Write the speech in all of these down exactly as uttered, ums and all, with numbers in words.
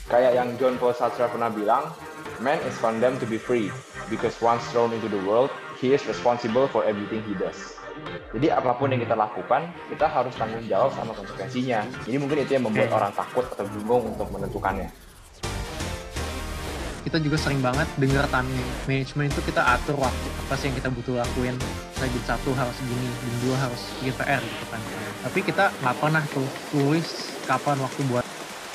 Kayak yang John Paul Sartre pernah bilang, man is condemned to be free because once thrown into the world, he is responsible for everything he does. Jadi apapun yang kita lakukan, kita harus tanggung jawab sama konsekuensinya. Jadi mungkin itu yang membuat Oke. orang takut atau bingung untuk menentukannya. Kita juga sering banget dengar time management itu kita atur waktu apa sih yang kita butuh lakuin. Misalnya jam satu harus gini, jam dua harus bikin P R gitu kan. Tapi kita nggak pernah tuh tulis kapan waktu buat.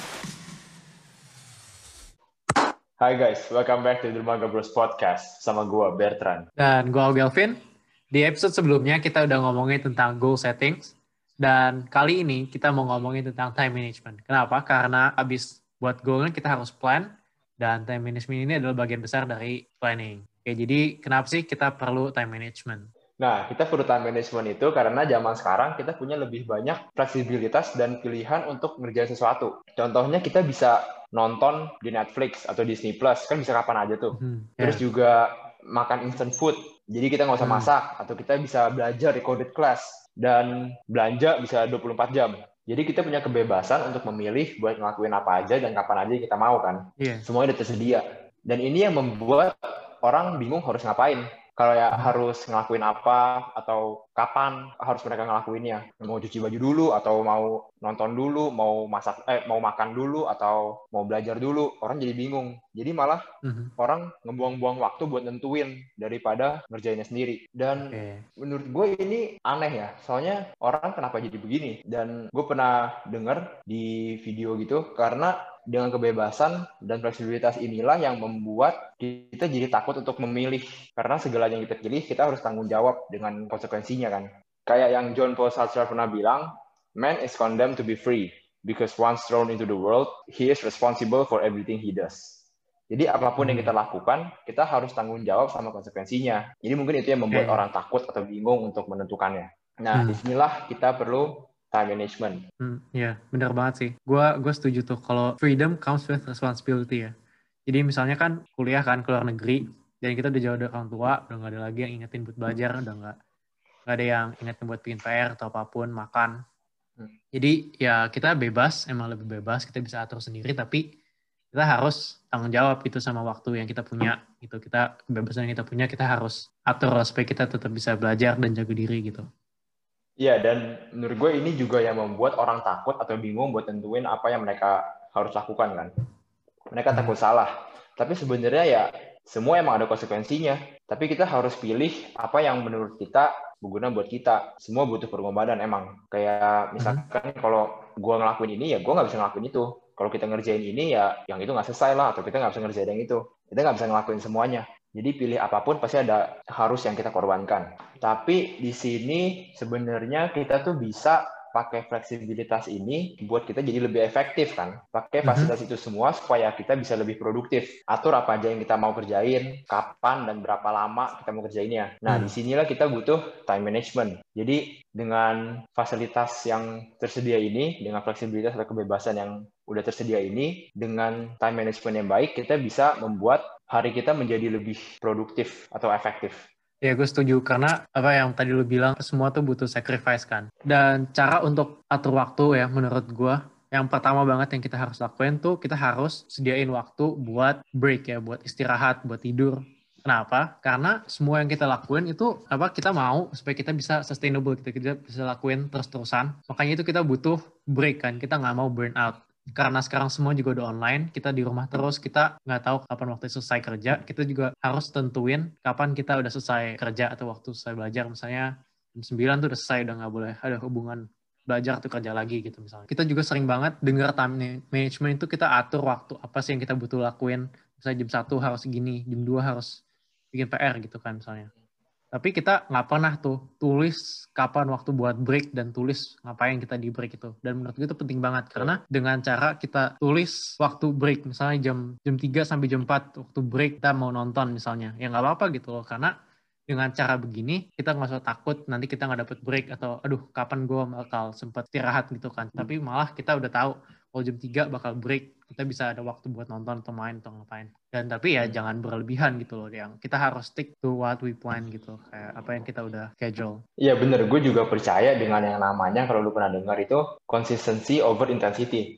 Hai guys, welcome back to Dermaga Bros Podcast sama gue Bertrand. Dan gue Gelvin. Di episode sebelumnya kita udah ngomongin tentang goal settings. Dan kali ini kita mau ngomongin tentang time management. Kenapa? Karena abis buat goalnya kita harus plan. Dan time management ini adalah bagian besar dari planning. Oke, jadi kenapa sih kita perlu time management? Nah, kita perlu time management itu karena zaman sekarang kita punya lebih banyak fleksibilitas dan pilihan untuk ngerjain sesuatu. Contohnya kita bisa nonton di Netflix atau Disney Plus, kan bisa kapan aja tuh. Hmm, Terus yeah. juga makan instant food, jadi kita nggak usah Hmm. masak. Atau kita bisa belajar recorded class dan belanja bisa dua puluh empat jam. Jadi kita punya kebebasan untuk memilih buat ngelakuin apa aja dan kapan aja kita mau kan. Yeah. Semuanya udah tersedia. Dan ini yang membuat orang bingung harus ngapain. Kalau ya hmm. harus ngelakuin apa atau kapan harus mereka ngelakuinnya. Mau cuci baju dulu atau mau nonton dulu, mau masak eh mau makan dulu atau mau belajar dulu. Orang jadi bingung. Jadi malah hmm. orang ngebuang-buang waktu buat nentuin daripada ngerjainnya sendiri. Dan okay. menurut gue ini aneh ya. Soalnya orang kenapa jadi begini? Dan gue pernah dengar di video gitu karena dengan kebebasan dan fleksibilitas inilah yang membuat kita jadi takut untuk memilih. Karena segala yang kita pilih, kita harus tanggung jawab dengan konsekuensinya kan. Kayak yang John Paul Sartre pernah bilang, man is condemned to be free, because once thrown into the world, he is responsible for everything he does. Jadi apapun hmm. yang kita lakukan, kita harus tanggung jawab sama konsekuensinya. Jadi mungkin itu yang membuat okay. orang takut atau bingung untuk menentukannya. Nah, hmm. disinilah kita perlu time management. Hmm, ya, benar banget sih. Gue gue setuju tuh kalau freedom comes with responsibility ya. Jadi misalnya kan kuliah kan ke luar negeri, dan kita udah jauh dari orang tua, udah nggak ada lagi yang ingetin buat belajar, udah nggak nggak ada yang ingetin buat bikin P R atau apapun, makan. Hmm. Jadi ya kita bebas, emang lebih bebas, kita bisa atur sendiri, tapi kita harus tanggung jawab gitu sama waktu yang kita punya. Gitu kita kebebasan yang kita punya, kita harus atur supaya kita tetap bisa belajar dan jaga diri gitu. Iya, dan menurut gue ini juga yang membuat orang takut atau bingung buat tentuin apa yang mereka harus lakukan kan. Mereka takut hmm. salah. Tapi sebenarnya ya semua emang ada konsekuensinya. Tapi kita harus pilih apa yang menurut kita berguna buat kita. Semua butuh pengorbanan emang. Kayak misalkan hmm. kalau gue ngelakuin ini ya gue nggak bisa ngelakuin itu. Kalau kita ngerjain ini ya yang itu nggak selesai lah. Atau kita nggak bisa ngerjain yang itu. Kita nggak bisa ngelakuin semuanya. Jadi pilih apapun pasti ada harus yang kita korbankan. Tapi di sini sebenarnya kita tuh bisa pakai fleksibilitas ini buat kita jadi lebih efektif kan. Pakai fasilitas mm-hmm. itu semua supaya kita bisa lebih produktif. Atur apa aja yang kita mau kerjain, kapan dan berapa lama kita mau kerjainnya. Nah, mm. disinilah kita butuh time management. Jadi dengan fasilitas yang tersedia ini, dengan fleksibilitas atau kebebasan yang udah tersedia ini, dengan time management yang baik, kita bisa membuat hari kita menjadi lebih produktif atau efektif. Ya, gue setuju. Karena apa yang tadi lu bilang, semua tuh butuh sacrifice kan. Dan cara untuk atur waktu ya, menurut gue, yang pertama banget yang kita harus lakuin tuh, kita harus sediain waktu buat break ya, buat istirahat, buat tidur. Kenapa? Karena semua yang kita lakuin itu, apa kita mau supaya kita bisa sustainable, kita, kita bisa lakuin terus-terusan. Makanya itu kita butuh break kan, kita nggak mau burn out. Karena sekarang semua juga udah online, kita di rumah terus, kita nggak tahu kapan waktu selesai kerja, kita juga harus tentuin kapan kita udah selesai kerja atau waktu selesai belajar. Misalnya jam sembilan tuh udah selesai, udah nggak boleh ada hubungan belajar atau kerja lagi gitu misalnya. Kita juga sering banget dengar time management itu kita atur waktu apa sih yang kita butuh lakuin. Misalnya jam satu harus gini, jam dua harus bikin P R gitu kan misalnya. Tapi kita nggak pernah tuh tulis kapan waktu buat break dan tulis ngapain kita di break itu. Dan menurut gue itu penting banget. Karena dengan cara kita tulis waktu break, misalnya jam jam tiga sampai jam empat waktu break kita mau nonton misalnya. Ya nggak apa-apa gitu loh. Karena dengan cara begini kita nggak usah takut nanti kita nggak dapet break atau aduh kapan gue bakal sempat istirahat gitu kan. Tapi malah kita udah tahu kalau jam tiga bakal break, kita bisa ada waktu buat nonton atau main atau ngapain. Dan tapi ya hmm. jangan berlebihan gitu loh, yang kita harus stick to what we plan gitu, kayak apa yang kita udah schedule. Iya bener, gue juga percaya dengan yang namanya, kalau lu pernah dengar itu, consistency over intensity.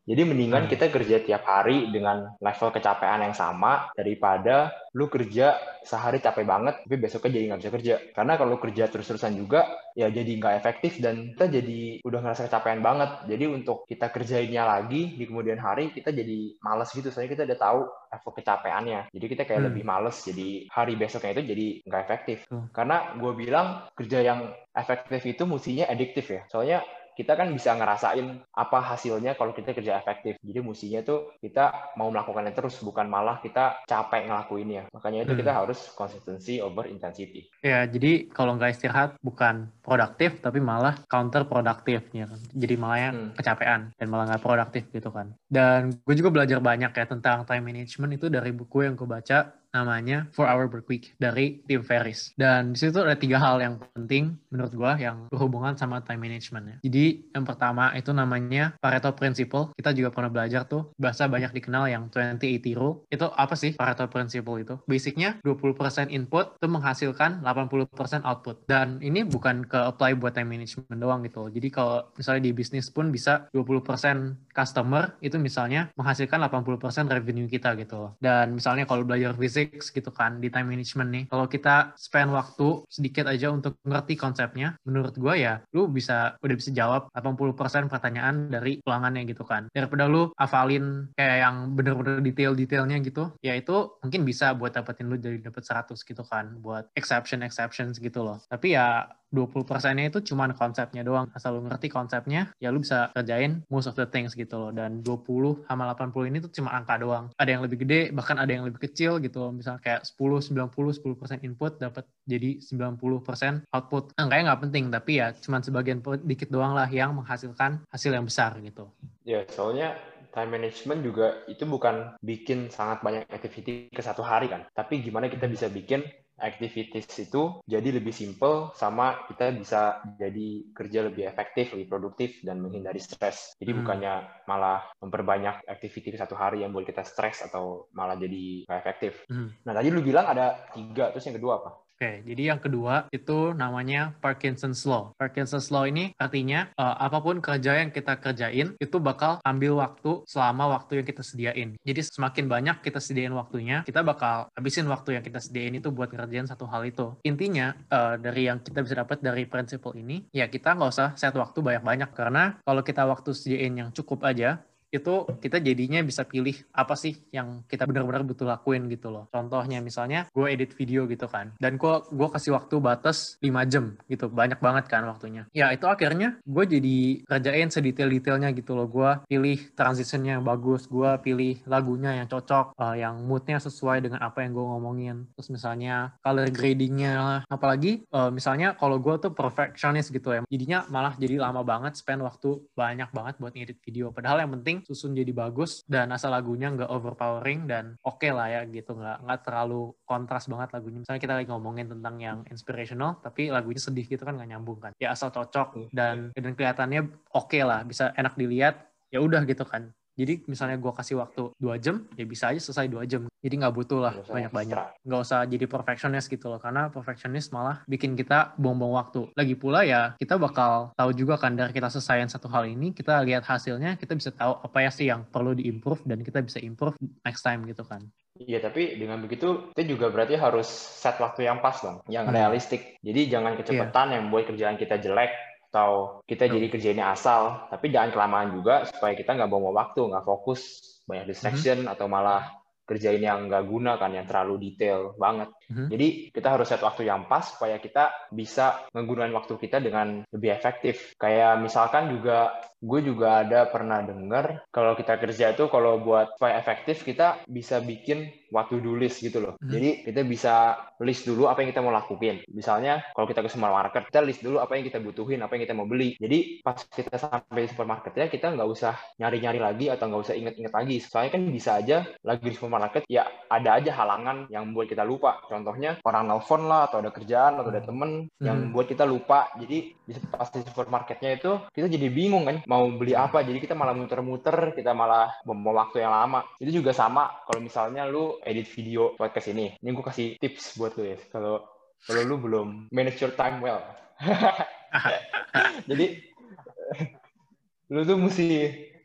Jadi mendingan Hmm. kita kerja tiap hari dengan level kecapean yang sama daripada lu kerja sehari capek banget tapi besoknya jadi nggak bisa kerja. Karena kalau lu kerja terus-terusan juga ya jadi nggak efektif dan kita jadi udah ngerasa kecapean banget. Jadi untuk kita kerjainnya lagi di kemudian hari kita jadi males gitu. Soalnya kita udah tahu level kecapeannya. Jadi kita kayak Hmm. lebih males. Jadi hari besoknya itu jadi nggak efektif. Tuh. Karena gue bilang kerja yang efektif itu mestinya adiktif ya. Soalnya kita kan bisa ngerasain apa hasilnya kalau kita kerja efektif. Jadi mestinya tuh kita mau melakukannya terus, bukan malah kita capek ngelakuinnya. Makanya itu kita Hmm. harus consistency over intensity. Ya, jadi kalau nggak istirahat bukan produktif, tapi malah counter produktif, ya kan? Jadi malahnya Hmm. kecapean dan malah nggak produktif gitu kan. Dan gue juga belajar banyak ya tentang time management itu dari buku yang gue baca, namanya four hour Work Week dari Tim Ferriss. Dan di situ ada tiga hal yang penting menurut gue yang berhubungan sama time management ya. Jadi yang pertama itu namanya Pareto Principle. Kita juga pernah belajar tuh, bahasa banyak dikenal yang twenty eighty rule. Itu apa sih Pareto Principle itu? Basicnya dua puluh persen input itu menghasilkan delapan puluh persen output. Dan ini bukan ke apply buat time management doang gitu. Jadi kalau misalnya di bisnis pun bisa dua puluh persen customer itu misalnya menghasilkan delapan puluh persen revenue kita gitu. Dan misalnya kalau belajar physics gitu kan di time management nih, kalau kita spend waktu sedikit aja untuk ngerti konsepnya, menurut gue ya lu bisa udah bisa jawab delapan puluh persen pertanyaan dari ulangannya gitu kan. Daripada lu hafalin kayak yang bener-bener detail-detailnya gitu, ya itu mungkin bisa buat dapetin lu jadi dapet seratus gitu kan, buat exception-exceptions gitu loh. Tapi ya dua puluh persennya itu cuma konsepnya doang. Asal lu ngerti konsepnya, ya lu bisa kerjain most of the things gitu loh. Dan dua puluh sama delapan puluh ini tuh cuma angka doang. Ada yang lebih gede, bahkan ada yang lebih kecil gitu loh. Misalnya kayak sepuluh, sembilan puluh, sepuluh persen input dapat jadi sembilan puluh persen output. Angkanya nggak penting, tapi ya cuma sebagian dikit doang lah yang menghasilkan hasil yang besar gitu. Ya, soalnya time management juga itu bukan bikin sangat banyak activity ke satu hari kan. Tapi gimana kita bisa bikin activities itu jadi lebih simple sama kita bisa jadi kerja lebih efektif, lebih produktif dan menghindari stres. Jadi hmm. bukannya malah memperbanyak activity ke satu hari yang buat kita stres atau malah jadi nggak efektif. Hmm. Nah tadi lu bilang ada tiga, terus yang kedua apa? Oke, jadi yang kedua itu namanya Parkinson's Law. Parkinson's Law ini artinya uh, apapun kerja yang kita kerjain itu bakal ambil waktu selama waktu yang kita sediain. Jadi semakin banyak kita sediain waktunya, kita bakal habisin waktu yang kita sediain itu buat ngerjain satu hal itu. Intinya uh, dari yang kita bisa dapat dari prinsip ini, ya kita nggak usah set waktu banyak-banyak karena kalau kita waktu sediain yang cukup aja, itu kita jadinya bisa pilih apa sih yang kita benar-benar butuh lakuin gitu loh. Contohnya misalnya gue edit video gitu kan, dan gue gue kasih waktu batas lima jam gitu, banyak banget kan waktunya. Ya itu akhirnya gue jadi kerjain sedetail-detailnya gitu loh. Gue pilih transitionnya yang bagus, gue pilih lagunya yang cocok, uh, yang moodnya sesuai dengan apa yang gue ngomongin. Terus misalnya color gradingnya, apalagi uh, misalnya kalau gue tuh perfectionist gitu ya, jadinya malah jadi lama banget, spend waktu banyak banget buat ngedit video. Padahal yang penting susun jadi bagus dan asal lagunya nggak overpowering dan oke okay lah ya gitu, nggak nggak terlalu kontras banget lagunya. Misalnya kita lagi ngomongin tentang yang inspirational tapi lagunya sedih gitu kan nggak nyambung kan. Ya asal cocok dan dan kelihatannya oke okay lah, bisa enak dilihat, ya udah gitu kan. Jadi misalnya gue kasih waktu dua jam, ya bisa aja selesai dua jam. Jadi nggak butuh lah banyak-banyak. Nggak usah jadi perfectionist gitu loh. Karena perfectionist malah bikin kita buang-buang waktu. Lagi pula ya kita bakal tahu juga kan dari kita selesaiin satu hal ini, kita lihat hasilnya, kita bisa tahu apa ya sih yang perlu di-improve dan kita bisa improve next time gitu kan. Iya, tapi dengan begitu kita juga berarti harus set waktu yang pas dong, yang hmm. realistik. Jadi jangan kecepatan yeah. yang membuat kerjaan kita jelek, atau kita oh. jadi kerjainnya asal, tapi jangan kelamaan juga supaya kita nggak bawa waktu, nggak fokus, banyak distraction, mm-hmm. atau malah kerjain yang nggak guna kan, yang terlalu detail banget. Mm-hmm. Jadi kita harus set waktu yang pas supaya kita bisa menggunakan waktu kita dengan lebih efektif. Kayak misalkan juga, gue juga ada pernah dengar kalau kita kerja itu kalau buat supaya efektif kita bisa bikin waktu do list gitu loh. Mm-hmm. Jadi kita bisa list dulu apa yang kita mau lakuin. Misalnya kalau kita ke supermarket, kita list dulu apa yang kita butuhin, apa yang kita mau beli. Jadi pas kita sampai di supermarketnya, kita nggak usah nyari-nyari lagi atau nggak usah inget-inget lagi. Soalnya kan bisa aja lagi di supermarket, ya ada aja halangan yang membuat kita lupa. Contohnya orang nelfon lah, atau ada kerjaan, atau ada temen mm-hmm. yang membuat kita lupa. Jadi pas di supermarketnya itu kita jadi bingung kan mau beli apa. Jadi kita malah muter-muter, kita malah membawa waktu yang lama. Itu juga sama kalau misalnya lu edit video podcast ini. Ini gue kasih tips buat lu ya. Kalau kalau lu belum manage your time well. Jadi lu tuh mesti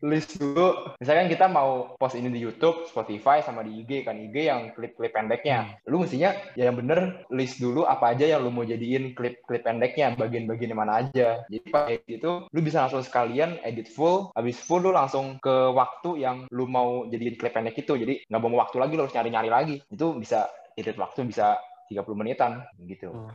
list dulu. Misalkan kita mau post ini di YouTube, Spotify, sama di I G kan. I G yang klip-klip pendeknya. Lu mestinya ya yang bener list dulu apa aja yang lu mau jadiin klip-klip pendeknya, bagian-bagian mana aja. Jadi pakai itu lu bisa langsung sekalian edit full, habis full lu langsung ke waktu yang lu mau jadiin klip pendek itu. Jadi nggak buang waktu lagi, lu harus nyari-nyari lagi. Itu bisa edit waktu bisa tiga puluh menitan gitu. Oh.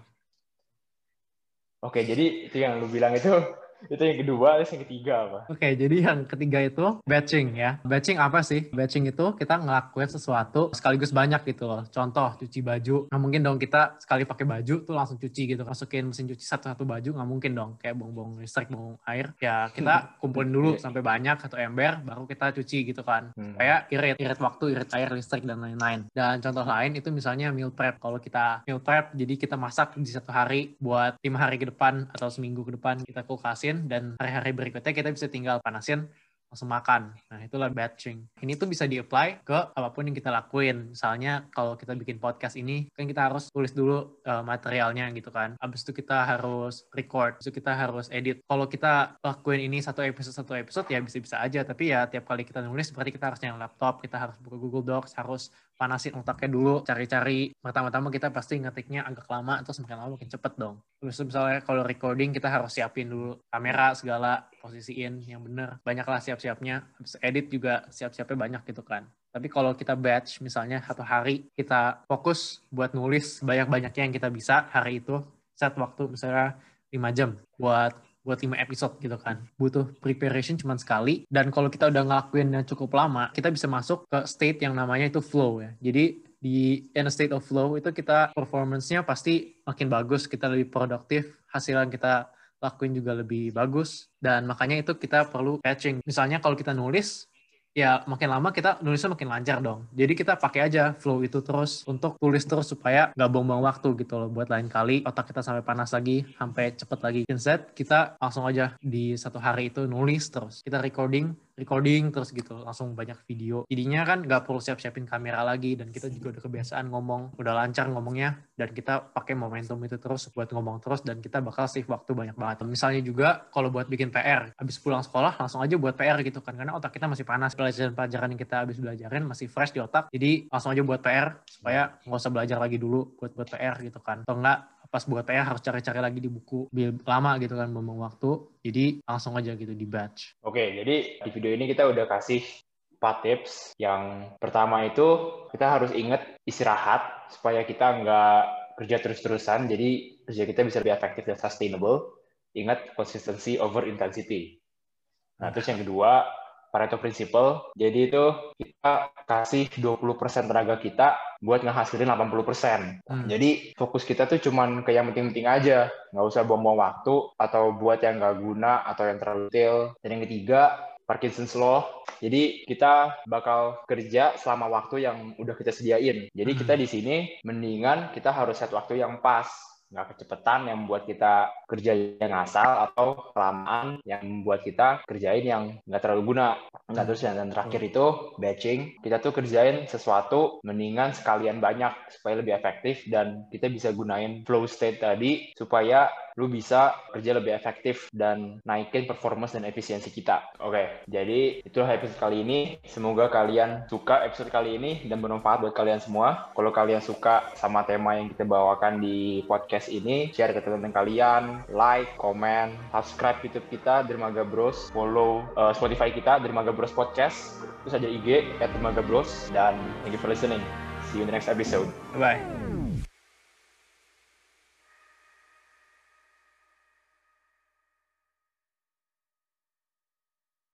Oke, jadi itu yang lu bilang itu itu yang kedua, terus yang ketiga apa? Oke, okay, jadi yang ketiga itu batching ya. Batching apa sih? Batching itu kita ngelakuin sesuatu sekaligus banyak gitu loh. Contoh, cuci baju. Nggak mungkin dong kita sekali pakai baju tuh langsung cuci gitu. Masukin mesin cuci satu-satu baju, nggak mungkin dong. Kayak buang-buang listrik, buang air. Ya kita kumpulin dulu sampai banyak satu ember, baru kita cuci gitu kan. Supaya irit, irit waktu, irit air, listrik, dan lain-lain. Dan contoh lain itu misalnya meal prep. Kalau kita meal prep, jadi kita masak di satu hari buat lima hari ke depan atau seminggu ke depan kita kulkasin. Dan hari-hari berikutnya kita bisa tinggal panasin langsung makan. Nah, itulah batching. Ini tuh bisa di-apply ke apapun yang kita lakuin. Misalnya kalau kita bikin podcast ini, kan kita harus tulis dulu uh, materialnya gitu kan. Habis itu kita harus record, habis itu kita harus edit. Kalau kita lakuin ini satu episode satu episode ya bisa-bisa aja, tapi ya tiap kali kita nulis berarti kita harus nyalain laptop, kita harus buka Google Docs, harus panasin otaknya dulu, cari-cari. Pertama-tama kita pasti ngetiknya agak lama, terus makin lama makin cepet dong. Terus misalnya kalau recording kita harus siapin dulu kamera segala, posisiin yang bener. Banyaklah siap-siapnya. Habis edit juga siap-siapnya banyak gitu kan. Tapi kalau kita batch, misalnya satu hari kita fokus buat nulis banyak-banyaknya yang kita bisa hari itu, set waktu misalnya lima jam buat buat lima episode gitu kan. Butuh preparation cuma sekali. Dan kalau kita udah ngelakuinnya cukup lama, kita bisa masuk ke state yang namanya itu flow ya. Jadi di in a state of flow itu kita performance-nya pasti makin bagus, kita lebih produktif, hasil yang kita lakuin juga lebih bagus. Dan makanya itu kita perlu batching. Misalnya kalau kita nulis, ya makin lama kita nulisnya makin lancar dong. Jadi kita pakai aja flow itu terus untuk tulis terus supaya nggak buang-buang waktu gitu loh. Buat lain kali otak kita sampai panas lagi, sampai cepet lagi. Instead kita langsung aja di satu hari itu nulis terus. Kita recording, recording terus gitu. Langsung banyak video. Jadinya kan nggak perlu siap-siapin kamera lagi. Dan kita juga udah kebiasaan ngomong. Udah lancar ngomongnya. Dan kita pakai momentum itu terus buat ngomong terus. Dan kita bakal save waktu banyak banget. Misalnya juga kalau buat bikin P R. Habis pulang sekolah langsung aja buat P R gitu kan. Karena otak kita masih panas. Pelajaran-pelajaran yang kita habis belajarin masih fresh di otak. Jadi langsung aja buat P R supaya nggak usah belajar lagi dulu buat buat P R gitu kan. Atau enggak pas buat P R harus cari-cari lagi di buku biar lama gitu kan memang waktu. Jadi langsung aja gitu di batch. Oke, jadi di video ini kita udah kasih empat tips. Yang pertama itu kita harus ingat istirahat supaya kita nggak kerja terus-terusan. Jadi kerja kita bisa lebih efektif dan sustainable. Ingat consistency over intensity. Nah, terus yang kedua Pareto Principle. Jadi itu kita kasih dua puluh persen tenaga kita buat ngehasilin delapan puluh persen. Hmm. Jadi fokus kita tuh cuman ke yang penting-penting aja. Nggak usah buang-buang waktu atau buat yang nggak guna atau yang terlalu detail. Dan yang ketiga, Parkinson's Law. Jadi kita bakal kerja selama waktu yang udah kita sediain. Jadi kita di sini mendingan kita harus set waktu yang pas. Nggak kecepetan yang membuat kita kerja yang ngasal atau kelamaan yang membuat kita kerjain yang nggak terlalu guna. Nah, terus yang terakhir itu batching. Kita tuh kerjain sesuatu mendingan sekalian banyak supaya lebih efektif dan kita bisa gunain flow state tadi supaya lu bisa kerja lebih efektif dan naikin performance dan efisiensi kita. Oke, jadi itulah episode kali ini. Semoga kalian suka episode kali ini dan bermanfaat buat kalian semua. Kalau kalian suka sama tema yang kita bawakan di podcast ini, share ke teman-teman kalian, like, comment, subscribe YouTube kita Dermaga Bros, follow uh, Spotify kita Dermaga Bros Podcast, terus aja I G at Dermaga Bros, dan thank you for listening. See you in the next episode. Bye.